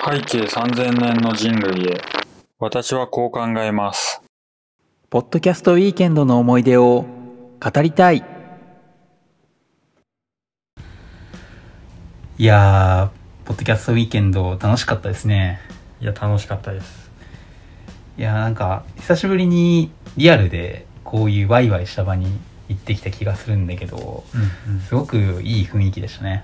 背景3000年の人類へ。私はこう考えます。 ポッドキャストウィーケンドの思い出を語りたい。いやー、ポッドキャストウィーケンド楽しかったですね。 いや、楽しかったです。 いやー、なんか久しぶりにリアルでこういうワイワイした場に行ってきた気がするんだけど、すごくいい雰囲気でしたね。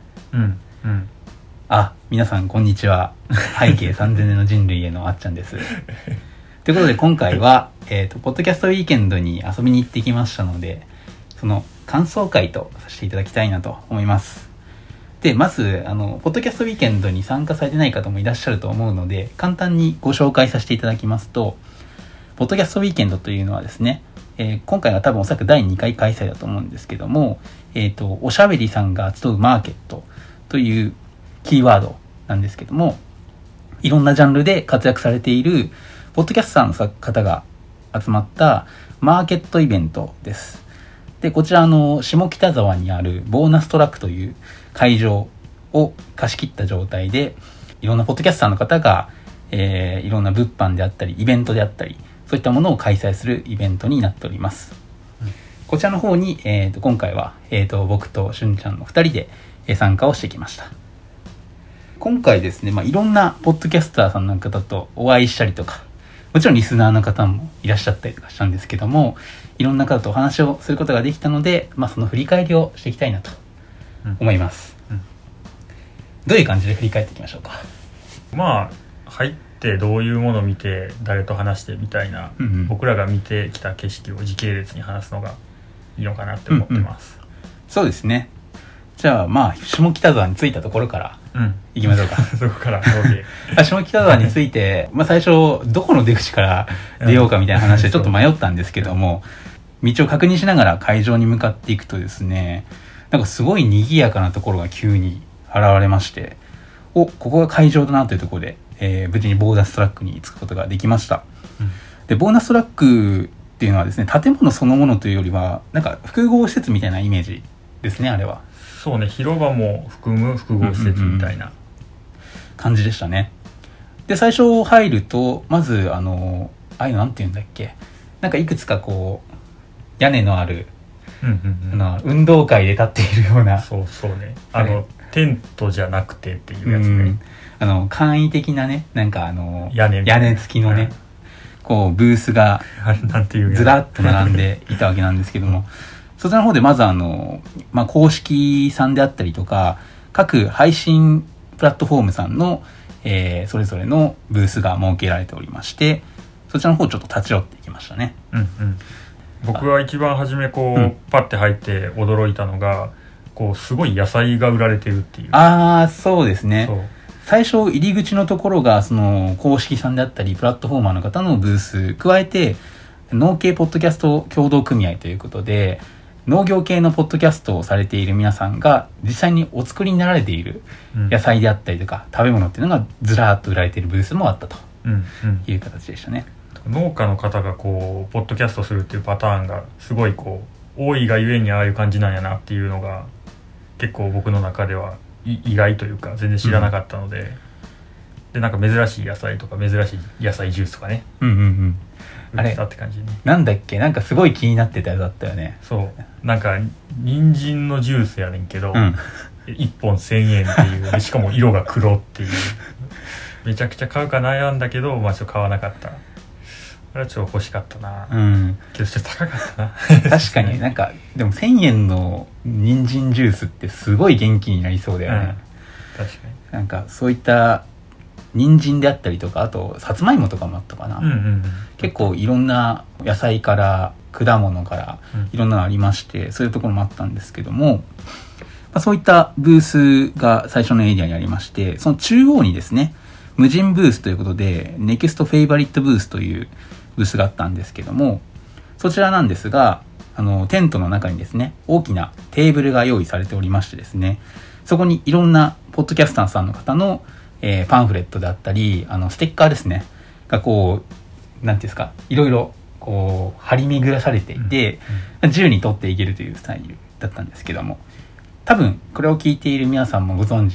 皆さんこんにちは。背景3000年の人類へのあっちゃんです。ということで今回は、ポッドキャストウィーケンドに遊びに行ってきましたので、その感想会とさせていただきたいなと思います。で、まずポッドキャストウィーケンドに参加されてない方もいらっしゃると思うので、簡単にご紹介させていただきますと、ポッドキャストウィーケンドというのはですね、今回は多分おそらく第2回開催だと思うんですけども、おしゃべりさんが集うマーケットというキーワードなんですけども、いろんなジャンルで活躍されているポッドキャスターの方が集まったマーケットイベントです。で、こちら下北沢にあるボーナストラックという会場を貸し切った状態で、いろんなポッドキャスターの方が、いろんな物販であったりイベントであったり、そういったものを開催するイベントになっております。こちらの方に、今回は、僕としゅんちゃんの2人で参加をしてきました。今回ですね、いろんなポッドキャスターさんの方とお会いしたりとか、もちろんリスナーの方もいらっしゃったりとかしたんですけども、いろんな方とお話をすることができたので、その振り返りをしていきたいなと思います。どういう感じで振り返っていきましょうか。 入ってどういうものを見て誰と話してみたいな、僕らが見てきた景色を時系列に話すのがいいのかなって思ってます。 そうですね。じゃあ下北沢に着いたところから行きましょうか。 そこから下北沢に着いて、最初どこの出口から出ようかみたいな話でちょっと迷ったんですけども、道を確認しながら会場に向かっていくとですね、なんかすごい賑やかなところが急に現れまして、ここが会場だなというところで、無事にボーナストラックに着くことができました。で、ボーナストラックっていうのはですね、建物そのものというよりはなんか複合施設みたいなイメージですね。あれはそうね、広場も含む複合施設みたいな感じでしたね。で、最初入るとまずああいうのなんていうんだっけ、なんかいくつかこう屋根のある、運動会で立っているような、 そうね、テントじゃなくてっていうやつね、 簡易的なね、なんか屋根付きのね、こうブースがずらっと並んでいたわけなんですけども、そちらの方でまず公式さんであったりとか各配信プラットフォームさんの、それぞれのブースが設けられておりまして、そちらの方ちょっと立ち寄っていきましたね。 僕は一番初めパッて入って驚いたのが、すごい野菜が売られてるっていう。 そうですね。最初入り口のところがその公式さんであったりプラットフォーマーの方のブース、加えて農系ポッドキャスト協同組合ということで、農業系のポッドキャストをされている皆さんが実際にお作りになられている野菜であったりとか、食べ物っていうのがずらーっと売られているブースもあったという形でしたね。 農家の方がポッドキャストするっていうパターンがすごい多いがゆえにああいう感じなんやなっていうのが結構僕の中では意外というか全然知らなかったので、でなんか珍しい野菜とか珍しい野菜ジュースとかね、 あれって感じね。 なんだっけ、なんかすごい気になってたやつだったよね。 そうなんか人参のジュースやねんけど、1本1000円っていう、しかも色が黒っていうめちゃくちゃ買うか悩んだけど、ちょっと買わなかった。あれはちょっと欲しかったな、けどちょっと高かったな確かになんかでも1000円の人参ジュースってすごい元気になりそうだよね。 確かになんかそういった人参であったりとか、あとさつまいもとかもあったかな、結構いろんな野菜から果物からいろんなのありまして、そういうところもあったんですけども、そういったブースが最初のエリアにありまして、その中央にですね、無人ブースということでネクストフェイバリットブースというブースがあったんですけども、そちらなんですが、テントの中にですね、大きなテーブルが用意されておりましてですね、そこにいろんなポッドキャスターさんの方の、パンフレットであったり、ステッカーですねがなんていうんですか、いろいろ張り巡らされていて、自由に取っていけるというスタイルだったんですけども、多分これを聞いている皆さんもご存知の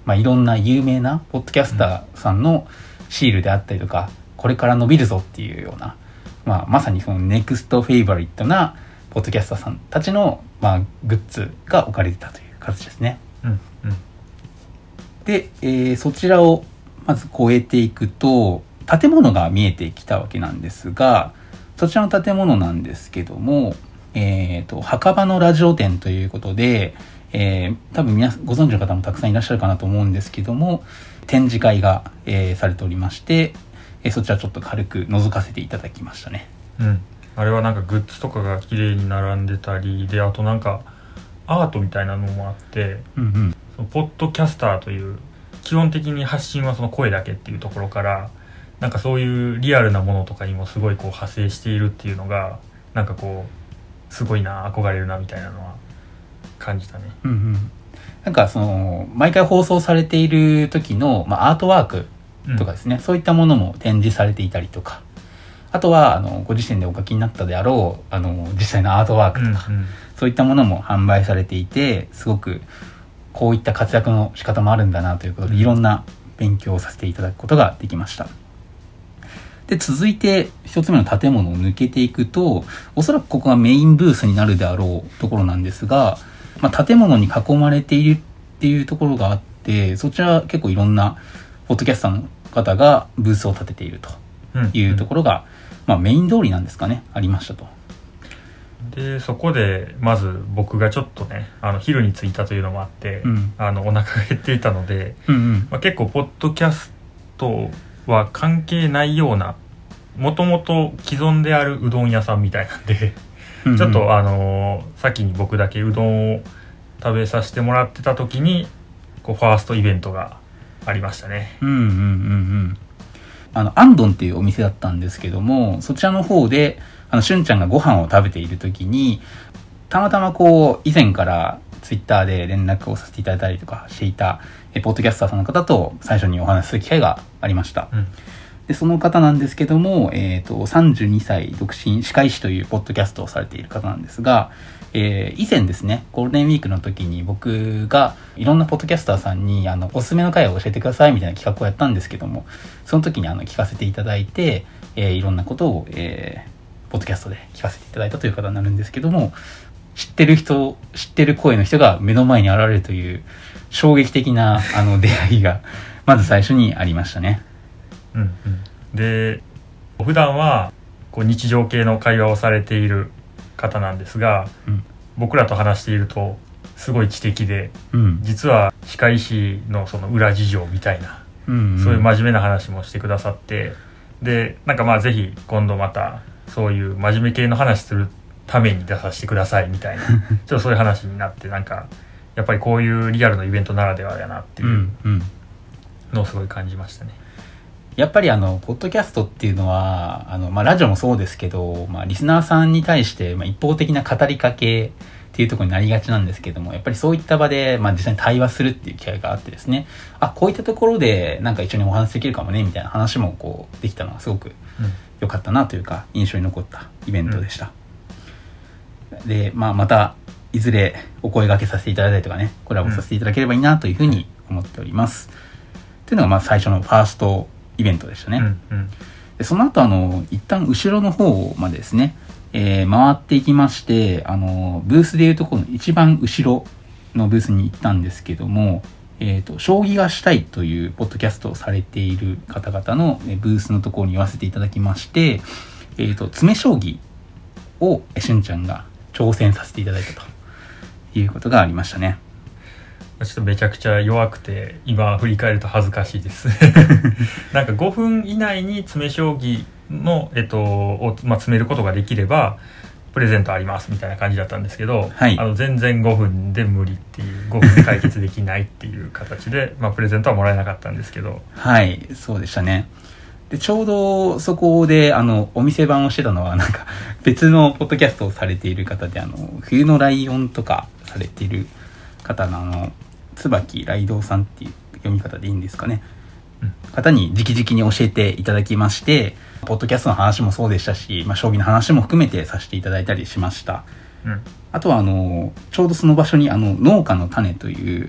いろんな有名なポッドキャスターさんのシールであったりとか、これから伸びるぞっていうような、まさにそのネクストフェイバリットなポッドキャスターさんたちの、グッズが置かれてたという形ですね。で、そちらをまず越えていくと建物が見えてきたわけなんですが、そちらの建物なんですけども、墓場のラジオ店ということで、多分皆さんご存知の方もたくさんいらっしゃるかなと思うんですけども、展示会が、されておりまして、そちらちょっと軽く覗かせていただきましたね。 あれはなんかグッズとかが綺麗に並んでたりで、あとなんかアートみたいなのもあって、そのポッドキャスターという基本的に発信はその声だけっていうところから、なんかそういうリアルなものとかにもすごいこう派生しているっていうのが、なんかこうすごいな、憧れるなみたいなのは感じたね。 なんかその毎回放送されている時の、アートワークとかですね、そういったものも展示されていたりとか、あとはご自身でお書きになったであろう実際のアートワークとか、そういったものも販売されていて、すごくこういった活躍の仕方もあるんだなということで、いろんな勉強をさせていただくことができました。で、続いて一つ目の建物を抜けていくと、おそらくここがメインブースになるであろうところなんですが、建物に囲まれているっていうところがあって、そちら結構いろんなポッドキャスターの方がブースを立てているというところが、メイン通りなんですかね、ありましたと。 でそこでまず僕がちょっとね昼に着いたというのもあって、お腹が減っていたので、結構ポッドキャストは関係ないような、もともと既存であるうどん屋さんみたいなんでちょっと先に僕だけうどんを食べさせてもらってた時にこうファーストイベントがありましたね。 アンドンっていうお店だったんですけども、そちらの方でしゅんちゃんがご飯を食べている時に、たまたまこう以前からツイッターで連絡をさせていただいたりとかしていたポッドキャスターさんの方と最初にお話しする機会がありました。でその方なんですけども、32歳独身歯科医師というポッドキャストをされている方なんですが、以前ですね、ゴールデンウィークの時に僕がいろんなポッドキャスターさんにおすすめの回を教えてくださいみたいな企画をやったんですけども、その時に聞かせていただいて、いろんなことを、ポッドキャストで聞かせていただいたという方になるんですけども、知ってる声の人が目の前に現れるという衝撃的な出会いがまず最初にありましたね。 で普段はこう日常系の会話をされている方なんですが、僕らと話しているとすごい知的で、実は歯科医師のその裏事情みたいな、そういう真面目な話もしてくださって、でなんかぜひ今度またそういう真面目系の話するために出させてくださいみたいなちょっとそういう話になって、なんかやっぱりこういうリアルのイベントならではやなっていうのをすごい感じましたね。 やっぱりポッドキャストっていうのはラジオもそうですけど、リスナーさんに対して、一方的な語りかけっていうところになりがちなんですけども、やっぱりそういった場で、実際に対話するっていう機会があってですね、こういったところでなんか一緒にお話できるかもねみたいな話もこうできたのはすごく良かったなというか、印象に残ったイベントでした。で、またいずれお声掛けさせていただいたりとかね、コラボさせていただければいいなというふうに思っております。というのが最初のファーストイベントでしたね。でその後一旦後ろの方までですね、回っていきまして、ブースでいうところの一番後ろのブースに行ったんですけども、将棋がしたいというポッドキャストをされている方々のブースのところに言わせていただきまして、詰将棋をしゅんちゃんが挑戦させていただいたということがありましたね。 ちょっとめちゃくちゃ弱くて今振り返ると恥ずかしいですなんか5分以内に詰将棋の、を、詰めることができればプレゼントありますみたいな感じだったんですけど、全然5分で無理っていう、5分解決できないっていう形でプレゼントはもらえなかったんですけど、 そうでしたね。でちょうどそこでお店番をしてたのはなんか別のポッドキャストをされている方で冬のライオンとかされている方の椿ライドウさんっていう読み方でいいんですかね、方に直々に教えていただきまして、ポッドキャストの話もそうでしたし、将棋の話も含めてさせていただいたりしました。あとはちょうどその場所に農家の種という、こ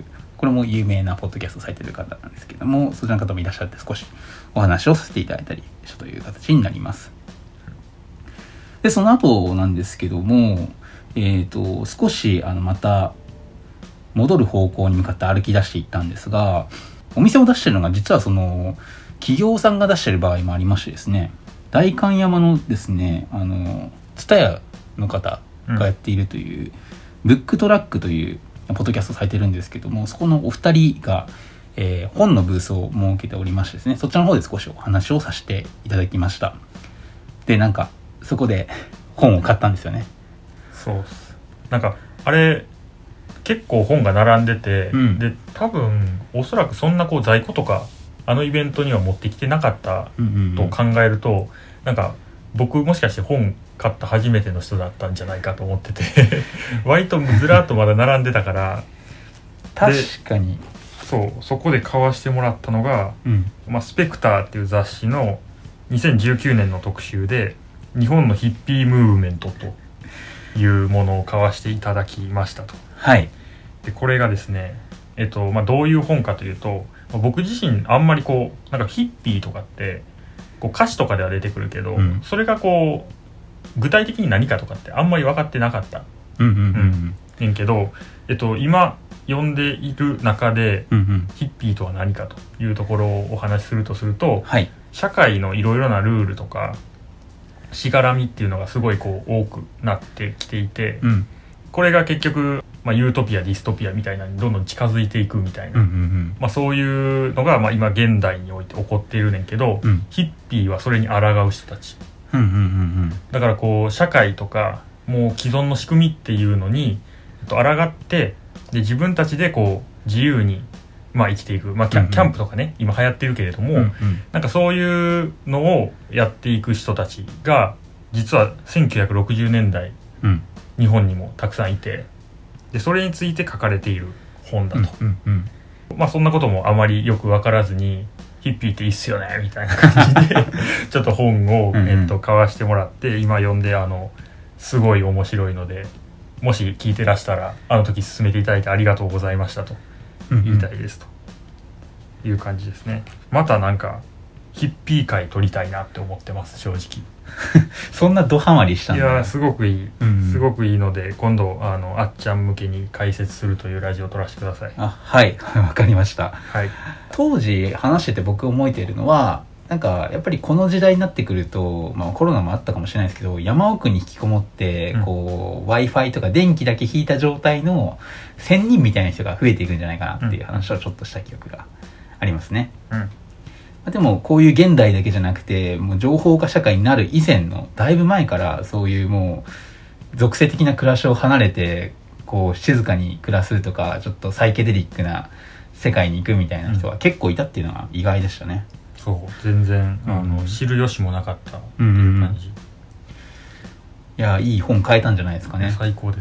これも有名なポッドキャストされてる方なんですけども、そちらの方もいらっしゃって少しお話をさせていただいたりしたという形になります。でその後なんですけども、少しまた戻る方向に向かって歩き出していったんですが、お店を出してるのが実はその企業さんが出してる場合もありましてですね、代官山のですねTSUTAYAの方がやっているという、ブックトラックというポッドキャストされてるんですけども、そこのお二人が、本のブースを設けておりましてですね、そちらの方で少しお話をさせていただきました。でなんかそこで本を買ったんですよね。 そうっす。なんかあれ結構本が並んでて、で多分おそらくそんなこう在庫とかあのイベントには持ってきてなかったと考えると、なんか僕もしかして本買った初めての人だったんじゃないかと思ってて割とずらっとまだ並んでたから確かにそこで買わしてもらったのが、スペクターっていう雑誌の2019年の特集で日本のヒッピームーブメントというものを買わしていただきましたと。 はい。 でこれがですね、どういう本かというと、僕自身あんまりこうなんかヒッピーとかってこう歌詞とかでは出てくるけど、それがこう具体的に何かとかってあんまり分かってなかったねんけど、今読んでいる中で、ヒッピーとは何かというところをお話しするとすると、社会のいろいろなルールとかしがらみっていうのがすごいこう多くなってきていて、これが結局、ユートピアディストピアみたいなのにどんどん近づいていくみたいな、そういうのが今現代において起こっているねんけど、ヒッピーはそれに抗う人たち、だからこう社会とかもう既存の仕組みっていうのに抗ってで自分たちでこう自由に生きていく、キャンプとかね今流行ってるけれども、なんかそういうのをやっていく人たちが実は1960年代、日本にもたくさんいて、でそれについて書かれている本だと、そんなこともあまりよく分からずにヒッピーっていいっすよねみたいな感じでちょっと本を、買わしてもらって今読んで、すごい面白いので、もし聞いてらしたらあの時勧めていただいてありがとうございましたと言いたいですという感じですね。またなんかヒッピー会撮りたいなって思ってます正直そんなドハマりしたんだ。 いやすごくいい、すごくいいので今度あっちゃん向けに解説するというラジオを撮らせてください。 はいわかりました。当時話してて僕思えているのは、なんかやっぱりこの時代になってくると、コロナもあったかもしれないですけど、山奥に引きこもってこう、Wi-Fi とか電気だけ引いた状態の仙人みたいな人が増えていくんじゃないかなっていう話をちょっとした記憶がありますね。でもこういう現代だけじゃなくて、もう情報化社会になる以前のだいぶ前からそういうもう属性的な暮らしを離れてこう静かに暮らすとか、ちょっとサイケデリックな世界に行くみたいな人が結構いたっていうのが意外でしたね。 そう全然知る由もなかったっていう感じ。いやいい本買えたんじゃないですかね。 最高です。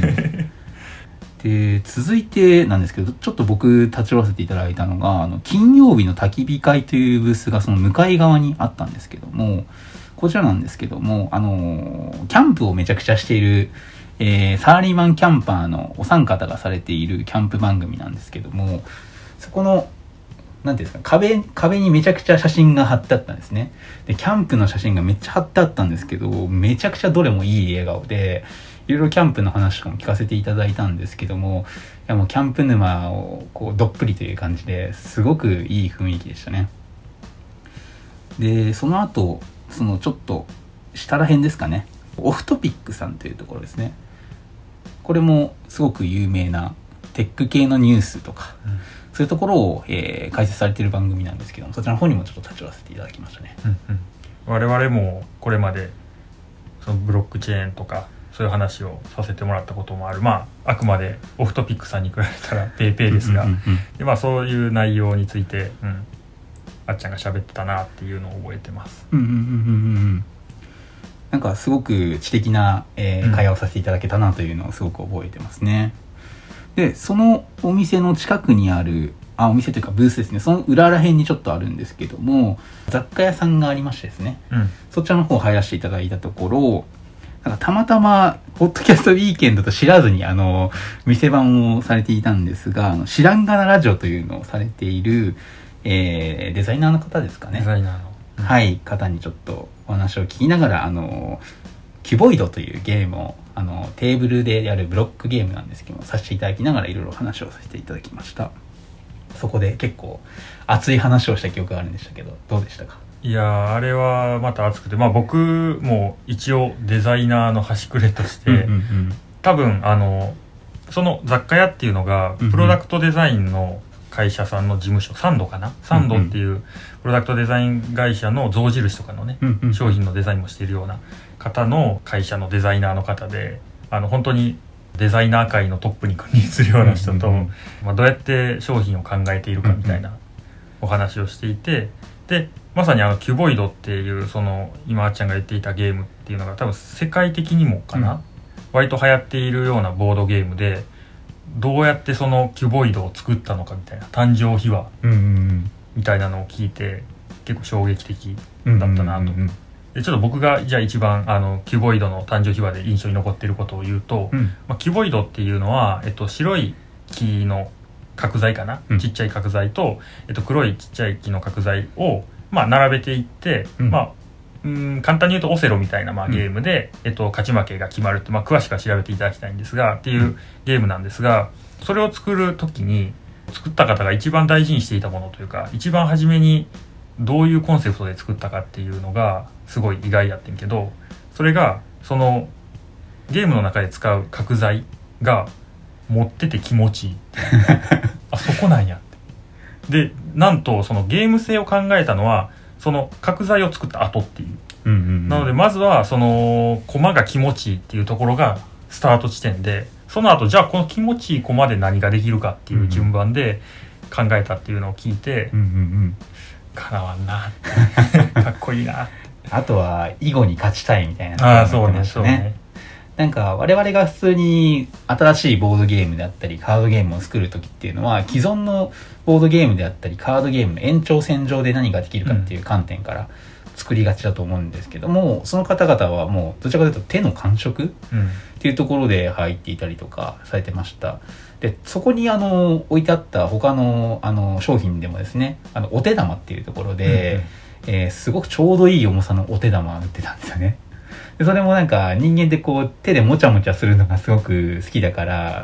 で続いてなんですけど、ちょっと僕立ち会わせていただいたのが金曜日の焚き火会というブースがその向かい側にあったんですけども、こちらなんですけどもキャンプをめちゃくちゃしている、サラリーマンキャンパーのお三方がされているキャンプ番組なんですけども、そこのなんていうんですか、壁にめちゃくちゃ写真が貼ってあったんですね。でキャンプの写真がめっちゃ貼ってあったんですけど、めちゃくちゃどれもいい笑顔で、いろいろキャンプの話とかも聞かせていただいたんですけども、いやもうキャンプ沼をこうどっぷりという感じですごくいい雰囲気でしたね。でその後そのちょっと下ら辺ですかね、オフトピックさんというところですね。これもすごく有名なテック系のニュースとか、そういうところを、解説されている番組なんですけども、そちらの方にもちょっと立ち会わせていただきましたね。 我々もこれまでそのブロックチェーンとかそういう話をさせてもらったこともある、あくまでオフトピックさんに比べたらペイペイですが、でそういう内容について、あっちゃんが喋ってたなっていうのを覚えてます。 なんかすごく知的な、会話をさせていただけたなというのをすごく覚えてますね。でそのお店の近くにあるお店というかブースですね、その裏ら辺にちょっとあるんですけども、雑貨屋さんがありましてですね、そちらの方入らせていただいたところ、 なんかたまたまポッドキャストウィーケンドと知らずに店番をされていたんですが、知らんがなラジオというのをされている、デザイナーの方ですかね。 デザイナーの、 はい、方にちょっとお話を聞きながらキュボイドというゲームをテーブルでやるブロックゲームなんですけども、させていただきながらいろいろ話をさせていただきました。そこで結構熱い話をした記憶があるんでしたけど、どうでしたか？ いやあれはまた熱くて、僕も一応デザイナーの端くれとして、多分その雑貨屋っていうのがプロダクトデザインの会社さんの事務所、サンドかな、サンドっていうプロダクトデザイン会社の象印とかのね、商品のデザインもしているような方の会社のデザイナーの方で、本当にデザイナー界のトップに君臨するような人と、どうやって商品を考えているかみたいなお話をしていて、でまさにキュボイドっていうその今あっちゃんが言っていたゲームっていうのが多分世界的にもかな、割と流行っているようなボードゲームで、どうやってそのキュボイドを作ったのかみたいな誕生秘話みたいなのを聞いて結構衝撃的だったなと。でちょっと僕がじゃあ一番キュボイドの誕生秘話で印象に残っていることを言うと、キュボイドっていうのは、白い木の角材かな、ちっちゃい角材と、黒いちっちゃい木の角材を、並べていって、簡単に言うとオセロみたいな、ゲームで、勝ち負けが決まるって、詳しくは調べていただきたいんですがっていうゲームなんですが、それを作る時に作った方が一番大事にしていたものというか、一番初めにどういうコンセプトで作ったかっていうのがすごい意外やってんけど、それがそのゲームの中で使う角材が持ってて気持ちいいあ、そこなんやって。でなんとそのゲーム性を考えたのはその角材を作った後っていう、なのでまずはその駒が気持ちいいっていうところがスタート地点で、その後じゃあこの気持ちいい駒で何ができるかっていう順番で考えたっていうのを聞いて、かなわんなかっこいいなあとは囲碁に勝ちたいみたいな、 そうね。 なんか我々が普通に新しいボードゲームであったりカードゲームを作る時っていうのは、既存のボードゲームであったりカードゲームの延長線上で何ができるかっていう観点から作りがちだと思うんですけども、その方々はもうどちらかというと手の感触っていうところで入っていたりとかされてました。でそこに置いてあった他の商品でもですね、お手玉っていうところで、すごくちょうどいい重さのお手玉を売ってたんですよね。でそれもなんか人間ってこう手でもちゃもちゃするのがすごく好きだから、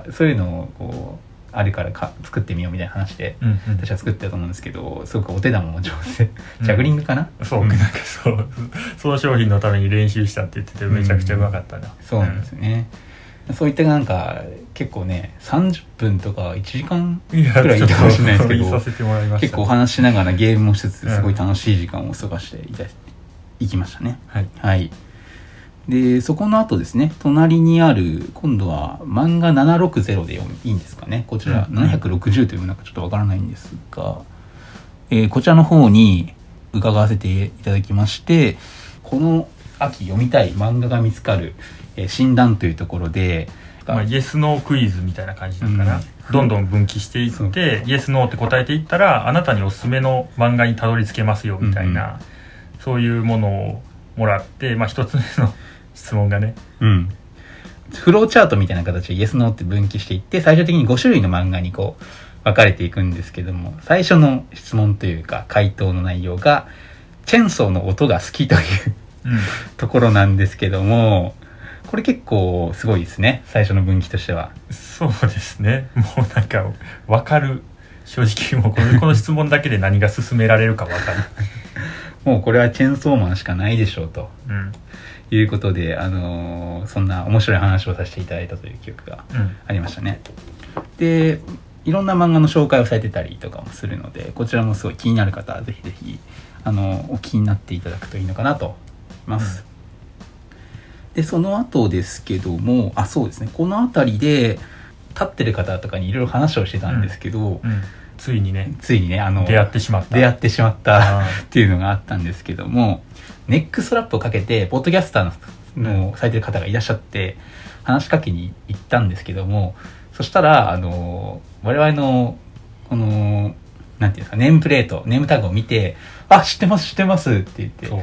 そういうのをこうあるから作ってみようみたいな話で、私は作ってたと思うんですけど、すごくお手玉も上手で、ジャグリングかな、 なんかその商品のために練習したって言っててめちゃくちゃうまかったな、 そうなんですね。そういったなんか結構ね30分とか1時間くらいいたかもしれないですけど、結構お話しながらゲームもしつつすごい楽しい時間を過ごしていきましたね。はい。でそこの後ですね、隣にある今度は漫画760でいいんですかね、こちら、760というなんかちょっとわからないんですが、こちらの方に伺わせていただきまして、この秋読みたい漫画が見つかる、診断というところで、 イエスノークイズみたいな感じなのかな、どんどん分岐していってイエスノーって答えていったらあなたにおすすめの漫画にたどり着けますよみたいな、そういうものをもらって、一つ目の質問がね、 フローチャートみたいな形でイエスノーって分岐していって、最終的に5種類の漫画にこう分かれていくんですけども、最初の質問というか回答の内容がチェンソーの音が好きというところなんですけども、これ結構すごいですね、最初の分岐としては。 そうですね、もうなんか分かる、正直もうこの質問だけで何が勧められるか分かるもうこれはチェンソーマンしかないでしょうと、いうことで、そんな面白い話をさせていただいたという記憶がありましたね。でいろんな漫画の紹介をされてたりとかもするので、こちらもすごい気になる方はぜひぜひお聞きになっていただくといいのかなと思います。でその後ですけども、そうですね、この辺りで立ってる方とかにいろいろ話をしてたんですけど、 ついにね出会ってしまったっていうのがあったんですけども、ネックストラップをかけてポッドキャスターのされてる方がいらっしゃって話しかけに行ったんですけども、そしたら我々のこのなんていうんですか、ネームプレート、ネームタグを見て、知ってますって言って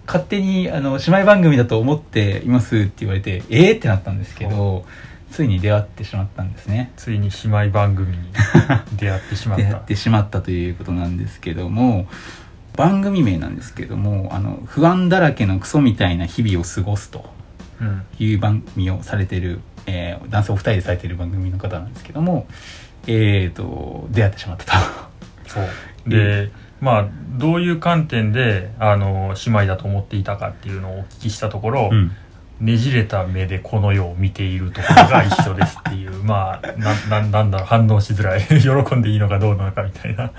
勝手に姉妹番組だと思っていますって言われてってなったんですけど、ついに出会ってしまったんですね。 ついに姉妹番組に出会ってしまった出会ってしまったということなんですけども、番組名なんですけども不安だらけのクソみたいな日々を過ごすという番組をされている、男性お二人でされている番組の方なんですけども、出会ってしまったと。 そうで、まあどういう観点で姉妹だと思っていたかっていうのをお聞きしたところ、ねじれた目でこの世を見ているところが一緒ですっていうまあなんだろう、反応しづらい喜んでいいのかどうなのかみたいな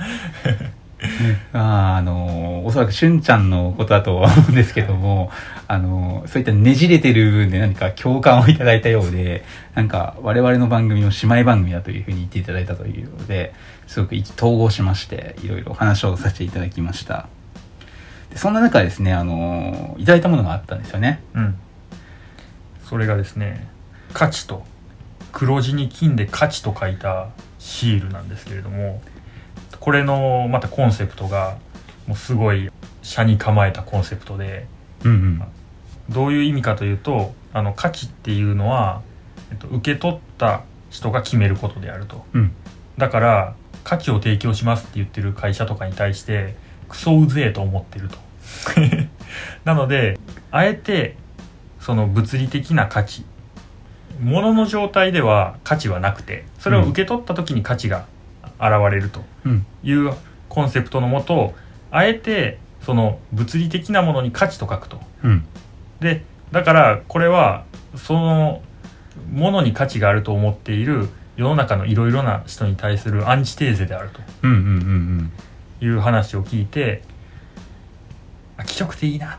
おそらくしゅんちゃんのことだとは思うんですけども、そういったねじれてる部分で何か共感をいただいたようで、なんか我々の番組を姉妹番組だというふうに言っていただいたというので、すごく意気投合しましていろいろ話をさせていただきました。でそんな中ですね、いただいたものがあったんですよね。 それがですね、価値と黒字に金で価値と書いたシールなんですけれども、これのまたコンセプトがもうすごい斜に構えたコンセプトで、どういう意味かというと、価値っていうのは、受け取った人が決めることであると、だから価値を提供しますって言ってる会社とかに対してクソうぜえと思ってるとなのであえてその物理的な価値、物の状態では価値はなくて、それを受け取った時に価値が現れるというコンセプトのもと、あえてその物理的なものに価値と書くと、でだからこれはそのものに価値があると思っている世の中のいろいろな人に対するアンチテーゼであるという話を聞いて、気色っていいなって。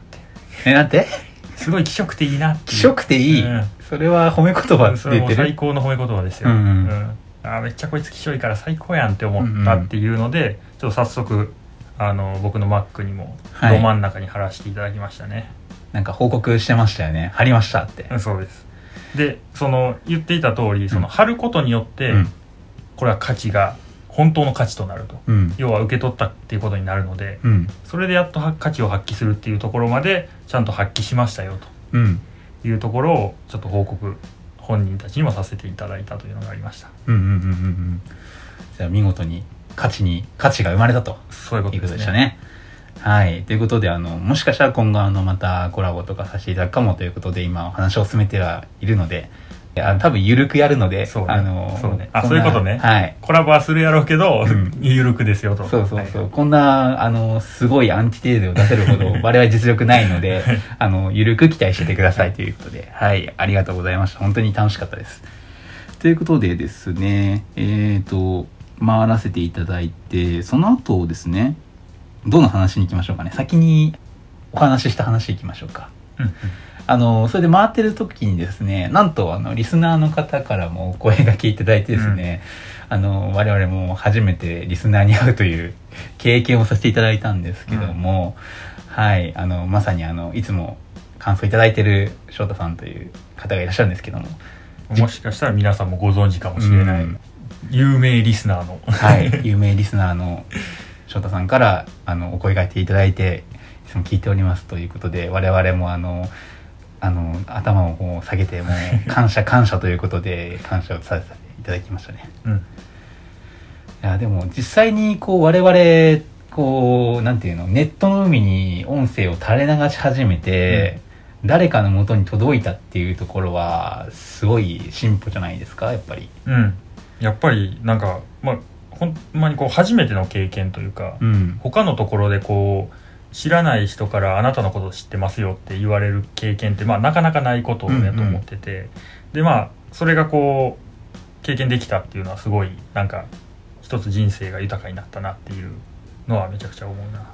なんてすごい気色っていいなって。 気色っていい、それは褒め言葉それも最高の褒め言葉ですよ。めっちゃこいつ気性いいから最高やんって思ったっていうので、ちょっと早速僕の Mac にもど真ん中に貼らせていただきましたね。 なんか報告してましたよね。貼りましたって。 そうです。でその言っていた通り、その貼ることによって、これは価値が本当の価値となると、要は受け取ったっていうことになるので、それでやっと価値を発揮するっていうところまでちゃんと発揮しましたよというところをちょっと報告本人たちにもさせていただいたというのがありました。 じゃあ見事に価値が生まれたということでしたね。はい。ということで、もしかしたら今後またコラボとかさせていただくかもということで、今お話を進めてはいるので、多分ゆるくやるので、 そうね。そういうことね。 はい。 コラボはするやろうけど、ゆるくですよと。 そう。こんな、すごいアンチテーゼを出せるほど、我々実力ないので、ゆるく期待しててくださいということで、はい。ありがとうございました。本当に楽しかったです。ということでですね、回らせていただいて、その後ですね、どの話に行きましょうかね。先にお話しした話行きましょうか。それで回ってる時にですね、なんとリスナーの方からもお声掛けいただいてですね、我々も初めてリスナーに会うという経験をさせていただいたんですけども、はい、まさにいつも感想いただいてる翔太さんという方がいらっしゃるんですけども、 もしかしたら皆さんもご存知かもしれない、有名リスナーのはい有名リスナーの翔太さんからお声掛けいただいて、いつも聞いておりますということで、我々も頭をこう下げて、もう感謝ということで感謝をさせていただきましたね。いやでも実際にこう我々こうなんていうの、ネットの海に音声を垂れ流し始めて、誰かの元に届いたっていうところはすごい進歩じゃないですか、やっぱり。 やっぱりなんかほんまにこう初めての経験というか、他のところでこう知らない人からあなたのこと知ってますよって言われる経験ってなかなかないことやと思ってて、でそれがこう経験できたっていうのはすごいなんか一つ人生が豊かになったなっていうのはめちゃくちゃ思うな。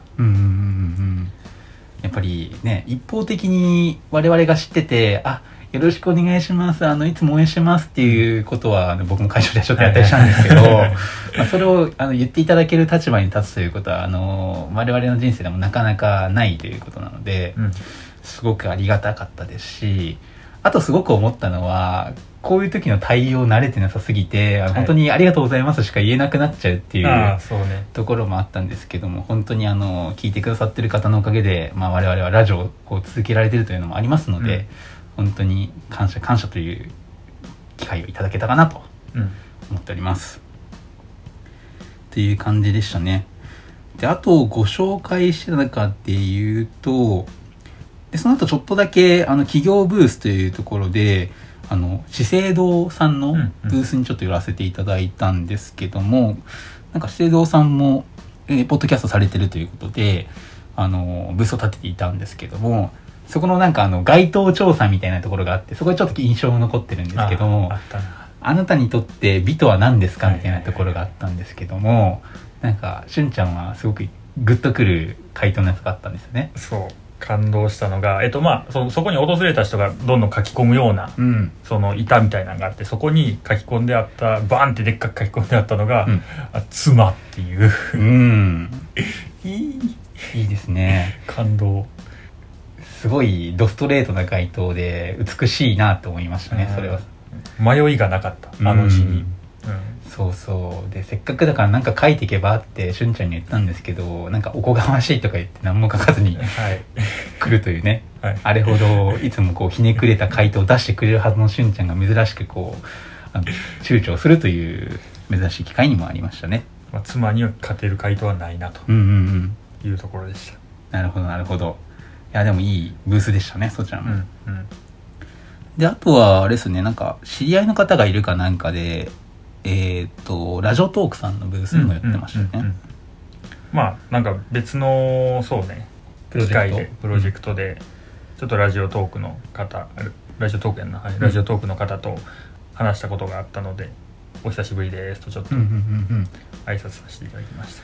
やっぱりね、一方的に我々が知ってて、よろしくお願いします、いつも応援してますっていうことは僕も会社でちょっとやったりしたんですけどそれを言っていただける立場に立つということは我々の人生でもなかなかないということなので、すごくありがたかったですし、あとすごく思ったのは、 こういう時の対応慣れてなさすぎて、 はい、 本当にありがとうございますしか言えなくなっちゃうっていうそうね、 ところもあったんですけども、本当に聞いてくださってる方のおかげで、我々はラジオをこう続けられてるというのもありますので、本当に感謝という機会をいただけたかなと思っております、っていう感じでしたね。で、あとご紹介してた中で言うと、でその後ちょっとだけ企業ブースというところで資生堂さんのブースにちょっと寄らせていただいたんですけども、なんか資生堂さんも、ポッドキャストされてるということでブースを立てていたんですけども、そこのなんか街頭調査みたいなところがあって、そこでちょっと印象が残ってるんですけども、あなたにとって美とは何ですかみたいなところがあったんですけども、なんかしゅんちゃんはすごくグッとくる回答のやつがあったんですよね。 そう感動したのが、そこに訪れた人がどんどん書き込むような、その板みたいなのがあって、そこに書き込んであったバーンってでっかく書き込んであったのが、妻っていういいですね。 感動。 すごいドストレートな回答で美しいなと思いましたね。それは迷いがなかった、字に。 そうそうで、せっかくだからなんか書いていけばってしゅんちゃんに言ったんですけど、なんかおこがましいとか言って何も書かずに来るというね、あれほどいつもこうひねくれた回答を出してくれるはずのしゅんちゃんが珍しくこう躊躇するという珍しい機会にもありましたね。 妻には勝てる回答はないなというところでした。 なるほどなるほど。いやでもいいブースでしたね、そちらも。で、あとはあれですね、なんか知り合いの方がいるかなんかでラジオトークさんのブースにもやってましたね。 なんか別のそうね機械でプロジェクトでちょっとラジオトークの方、ラジオトークやんな、ラジオトークの方と話したことがあったので、お久しぶりですとちょっと挨拶させていただきました。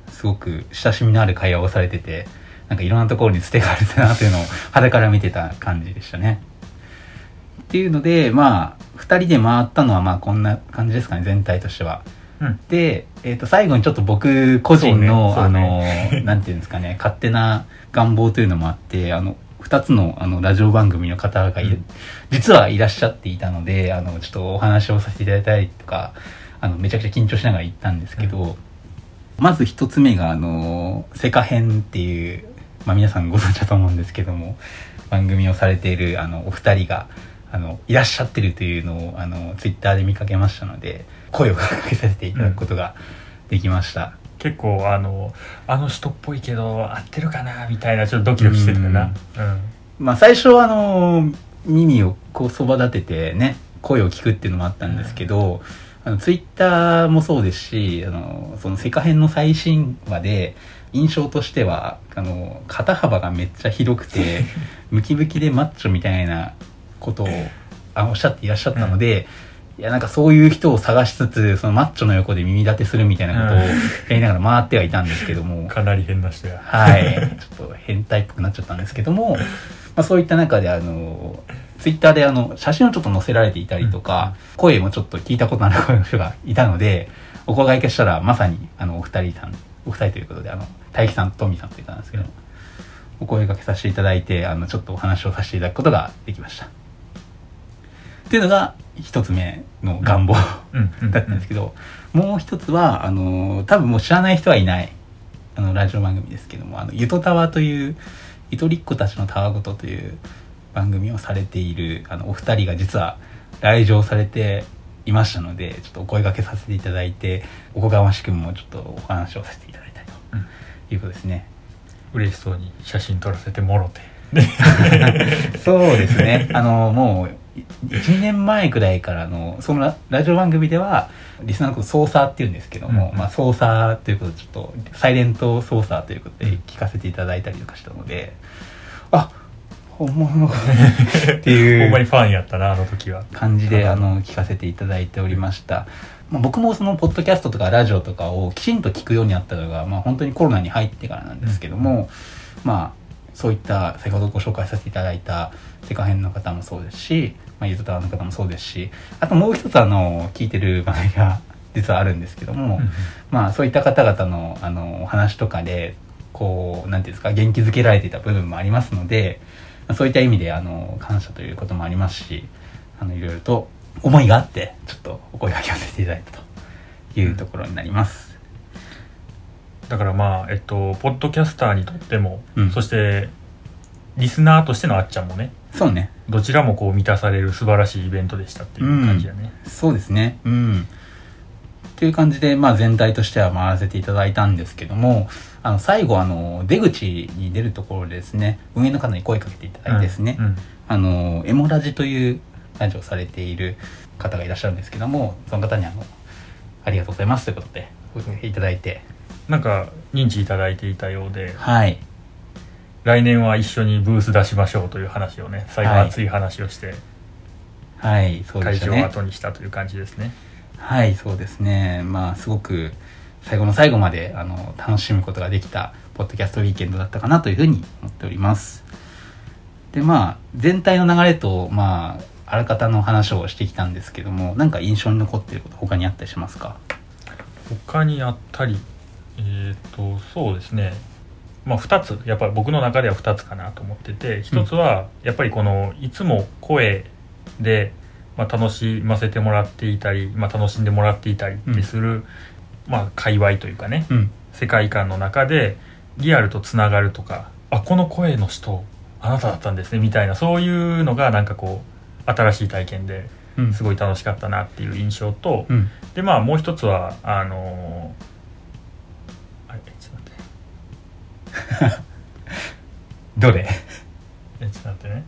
すごく親しみのある会話をされてて、なんかいろんなところにつてがあるなというのを肌から見てた感じでしたね。っていうので、2人で回ったのはこんな感じですかね、全体としては。で、最後にちょっと僕個人の、なんていうんですかね、勝手な願望というのもあって、2つのラジオ番組の方が実はいらっしゃっていたので、ちょっとお話をさせていただいたりとか、めちゃくちゃ緊張しながら行ったんですけど、まず一つ目がセカ編っていう、皆さんご存知だと思うんですけども、番組をされているお二人がいらっしゃってるというのをツイッターで見かけましたので、声をかけさせていただくことができました。 結構人っぽいけど合ってるかなみたいな、ちょっとドキドキしてるな。 最初は耳をこうそば立ててね、声を聞くっていうのもあったんですけど、ツイッターもそうですし、そのセカ編の最新話で印象としては肩幅がめっちゃ広くてムキムキでマッチョみたいなことをおっしゃっていらっしゃったので、いやなんかそういう人を探しつつ、そのマッチョの横で耳立てするみたいなことをやりながら回ってはいたんですけども、 かなり変な人や。 ちょっと変態っぽくなっちゃったんですけども、そういった中でツイッターで写真をちょっと載せられていたりとか、声もちょっと聞いたことのある声の人がいたので、お伺いしたらまさにお二人ということで大樹さんとトミーさんという方なんですけど、お声掛けさせていただいてちょっとお話をさせていただくことができましたっていうのが一つ目の願望だったんですけど、もう一つは多分もう知らない人はいないラジオ番組ですけども、ゆとたわというゆとりっ子たちのたわごとという番組をされているお二人が実は来場されていましたので、ちょっとお声掛けさせていただいて、おこがましくもちょっとお話をさせていただいたりということですね。 嬉しそうに写真撮らせてもろてそうですね、もう1年前くらいからそのラジオ番組ではリスナーのこと操作っていうんですけども、操作ということでちょっとサイレント操作ということで聞かせていただいたりとかしたので、本物っていうほんまにファンやったな、時は感じで聞かせていただいておりました。僕もそのポッドキャストとかラジオとかをきちんと聞くようになったのが、本当にコロナに入ってからなんですけども、そういった先ほどご紹介させていただいたセカ編の方もそうですし、ゆずたわの方もそうですし、あともう一つ聞いてる番組が実はあるんですけども、そういった方々のお話とかでこうなんていうんですか、元気づけられていた部分もありますので、そういった意味で感謝ということもありますし、 いろいろと思いがあってちょっとお声掛けをさせていただいたというところになります。 だからポッドキャスターにとっても、そしてリスナーとしてのあっちゃんもね、 そうね、 どちらもこう満たされる素晴らしいイベントでしたっていう感じやね。 そうですね。という感じで、全体としては回らせていただいたんですけども、最後出口に出るところでですね、運営の方に声かけていただいてですね、エモラジというラジオをされている方がいらっしゃるんですけども、その方にありがとうございますということで声かけていただいて、 なんか認知いただいていたようで、 はい、 来年は一緒にブース出しましょうという話をね、最後熱い話をして、 はい、そうでしたね。 会場を後にしたという感じですね。 はい、そうですね。すごく最後の最後まで楽しむことができたポッドキャストウィーケンドだったかなというふうに思っております。で、全体の流れとあらかたの話をしてきたんですけども、なんか印象に残っていること他にあったりしますか？ 他にあったり、そうですね。2つ、やっぱり僕の中では2つかなと思ってて、1つはやっぱりいつも声で楽しませてもらっていたり、楽しんでもらっていたりってする、界隈というかね、世界観の中でリアルとつながるとか、この声の人あなただったんですねみたいな、そういうのがなんか新しい体験ですごい楽しかったなっていう印象と、でもう一つはあれちょっと待ってどれ？ ちょっと待ってね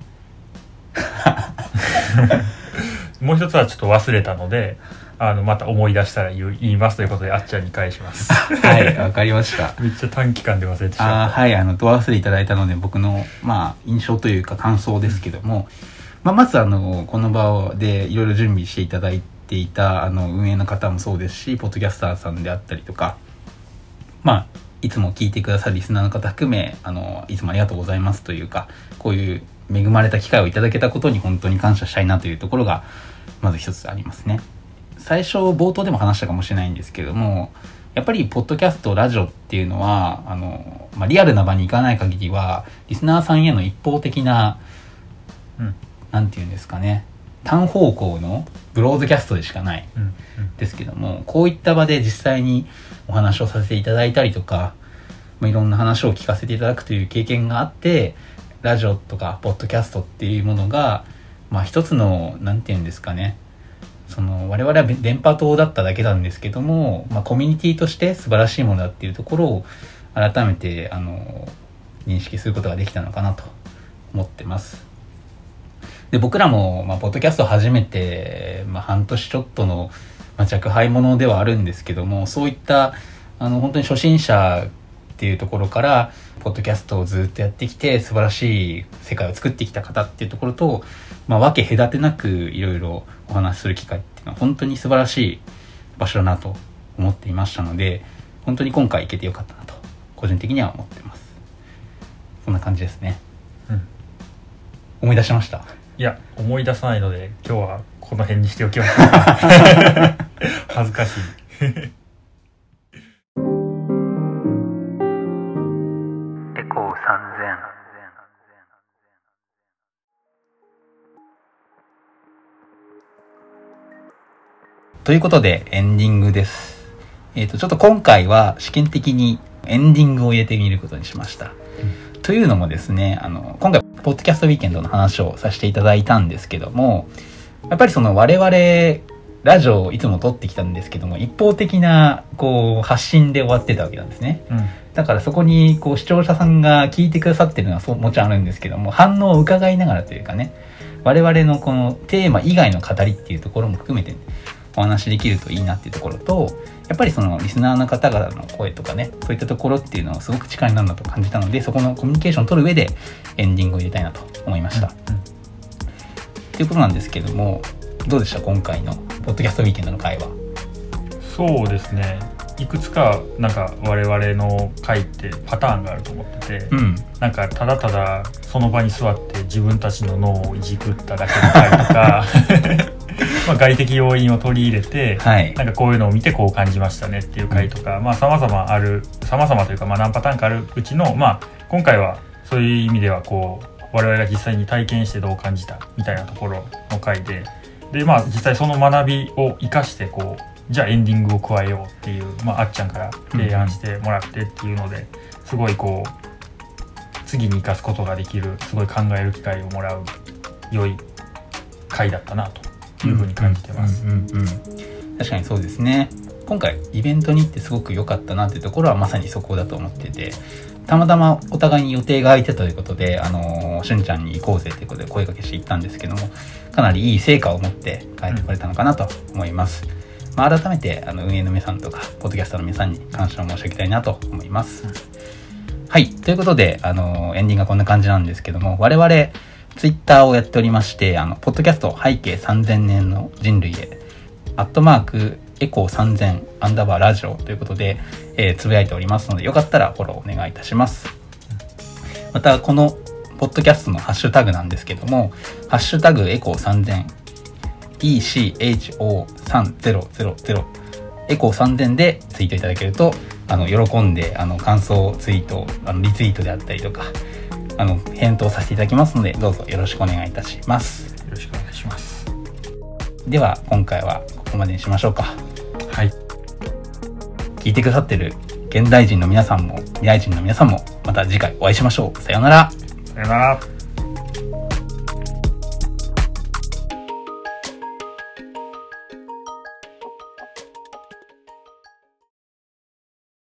もう一つはちょっと忘れたので、また思い出したら言いますということであっちゃんに返しますはい、わかりましためっちゃ短期間で忘れてしまった。 はい、ど忘れいただいたので僕の印象というか感想ですけども、まずこの場でいろいろ準備していただいていた運営の方もそうですし、ポッドキャスターさんであったりとか、いつも聞いてくださるリスナーの方含めいつもありがとうございますというか、こういう恵まれた機会をいただけたことに本当に感謝したいなというところがまず一つありますね。最初冒頭でも話したかもしれないんですけれども、やっぱりポッドキャストラジオっていうのはリアルな場に行かない限りはリスナーさんへの一方的な、なんていうんですかね、単方向のブロードキャストでしかないですけども、こういった場で実際にお話をさせていただいたりとか、いろんな話を聞かせていただくという経験があって、ラジオとかポッドキャストっていうものが一つのなんていうんですかね、我々は電波塔だっただけなんですけども、コミュニティとして素晴らしいものだっていうところを改めて認識することができたのかなと思ってます。で、僕らもポッドキャスト始めて半年ちょっとの若輩者ではあるんですけども、そういった本当に初心者っていうところからポッドキャストをずっとやってきて素晴らしい世界を作ってきた方っていうところと、分け隔てなくいろいろお話しする機会っていうのは本当に素晴らしい場所だなと思っていましたので、本当に今回行けてよかったなと個人的には思ってます。そんな感じですね。思い出しました？ いや、思い出さないので今日はこの辺にしておきましょう恥ずかしいエコー3000。 ということでエンディングです。ちょっと今回は試験的にエンディングを入れてみることにしました。というのもですね、今回ポッドキャストウィーケンドの話をさせていただいたんですけども、やっぱり我々ラジオをいつも撮ってきたんですけども、一方的な発信で終わってたわけなんですね。だからそこに視聴者さんが聞いてくださってるのはもちろんあるんですけども、反応を伺いながらというかね、我々のこのテーマ以外の語りっていうところも含めてお話できるといいなっていうところと、やっぱりリスナーの方々の声とかね、そういったところっていうのはすごく力になるなと感じたので、そこのコミュニケーションを取る上でエンディングを入れたいなと思いました。ということなんですけども、どうでした今回のポッドキャストウィーケンドの会は？ そうですね、いくつかなんか我々の会ってパターンがあると思ってて、なんかただただその場に座って自分たちの脳をいじくっただけの会とか外的要因を取り入れて、なんかこういうのを見てこう感じましたねっていう会とか、様々というか何パターンかあるうちの、今回はそういう意味では我我々が実際に体験してどう感じたみたいなところの回で、まあ実際その学びを生かしてこうじゃあエンディングを加えようっていう、まあ、あっちゃんから提案してもらってっていうので、すごいこう次に生かすことができる、すごい考える機会をもらう良い回だったなというふうに感じてます。 確かにそうですね。今回イベントに行ってすごく良かったなっていうところはまさにそこだと思ってて、たまたまお互いに予定が空いてたということで、しゅんちゃんに行こうぜということで声かけして行ったんですけども、かなりいい成果を持って帰ってこれたのかなと思います。まあ、改めて運営の皆さんとかポッドキャスターの皆さんに感謝を申し上げたいなと思います。はい、ということでエンディングがこんな感じなんですけども、我々ツイッターをやっておりまして、ポッドキャスト背景3000年の人類へ@エコー3000_ラジオということで、つぶやいておりますので、よかったらフォローお願いいたします。またこのポッドキャストのハッシュタグなんですけども、ハッシュタグエコー3000 ECHO3000 エコー3000でツイートいただけると喜んで感想ツイートリツイートであったりとか返答させていただきますので、どうぞよろしくお願いいたします。 よろしくお願いします。 では今回はここまでにしましょうか。 はい。 聞いてくださってる現代人の皆さんも未来人の皆さんもまた次回お会いしましょう。さようなら。 さようなら。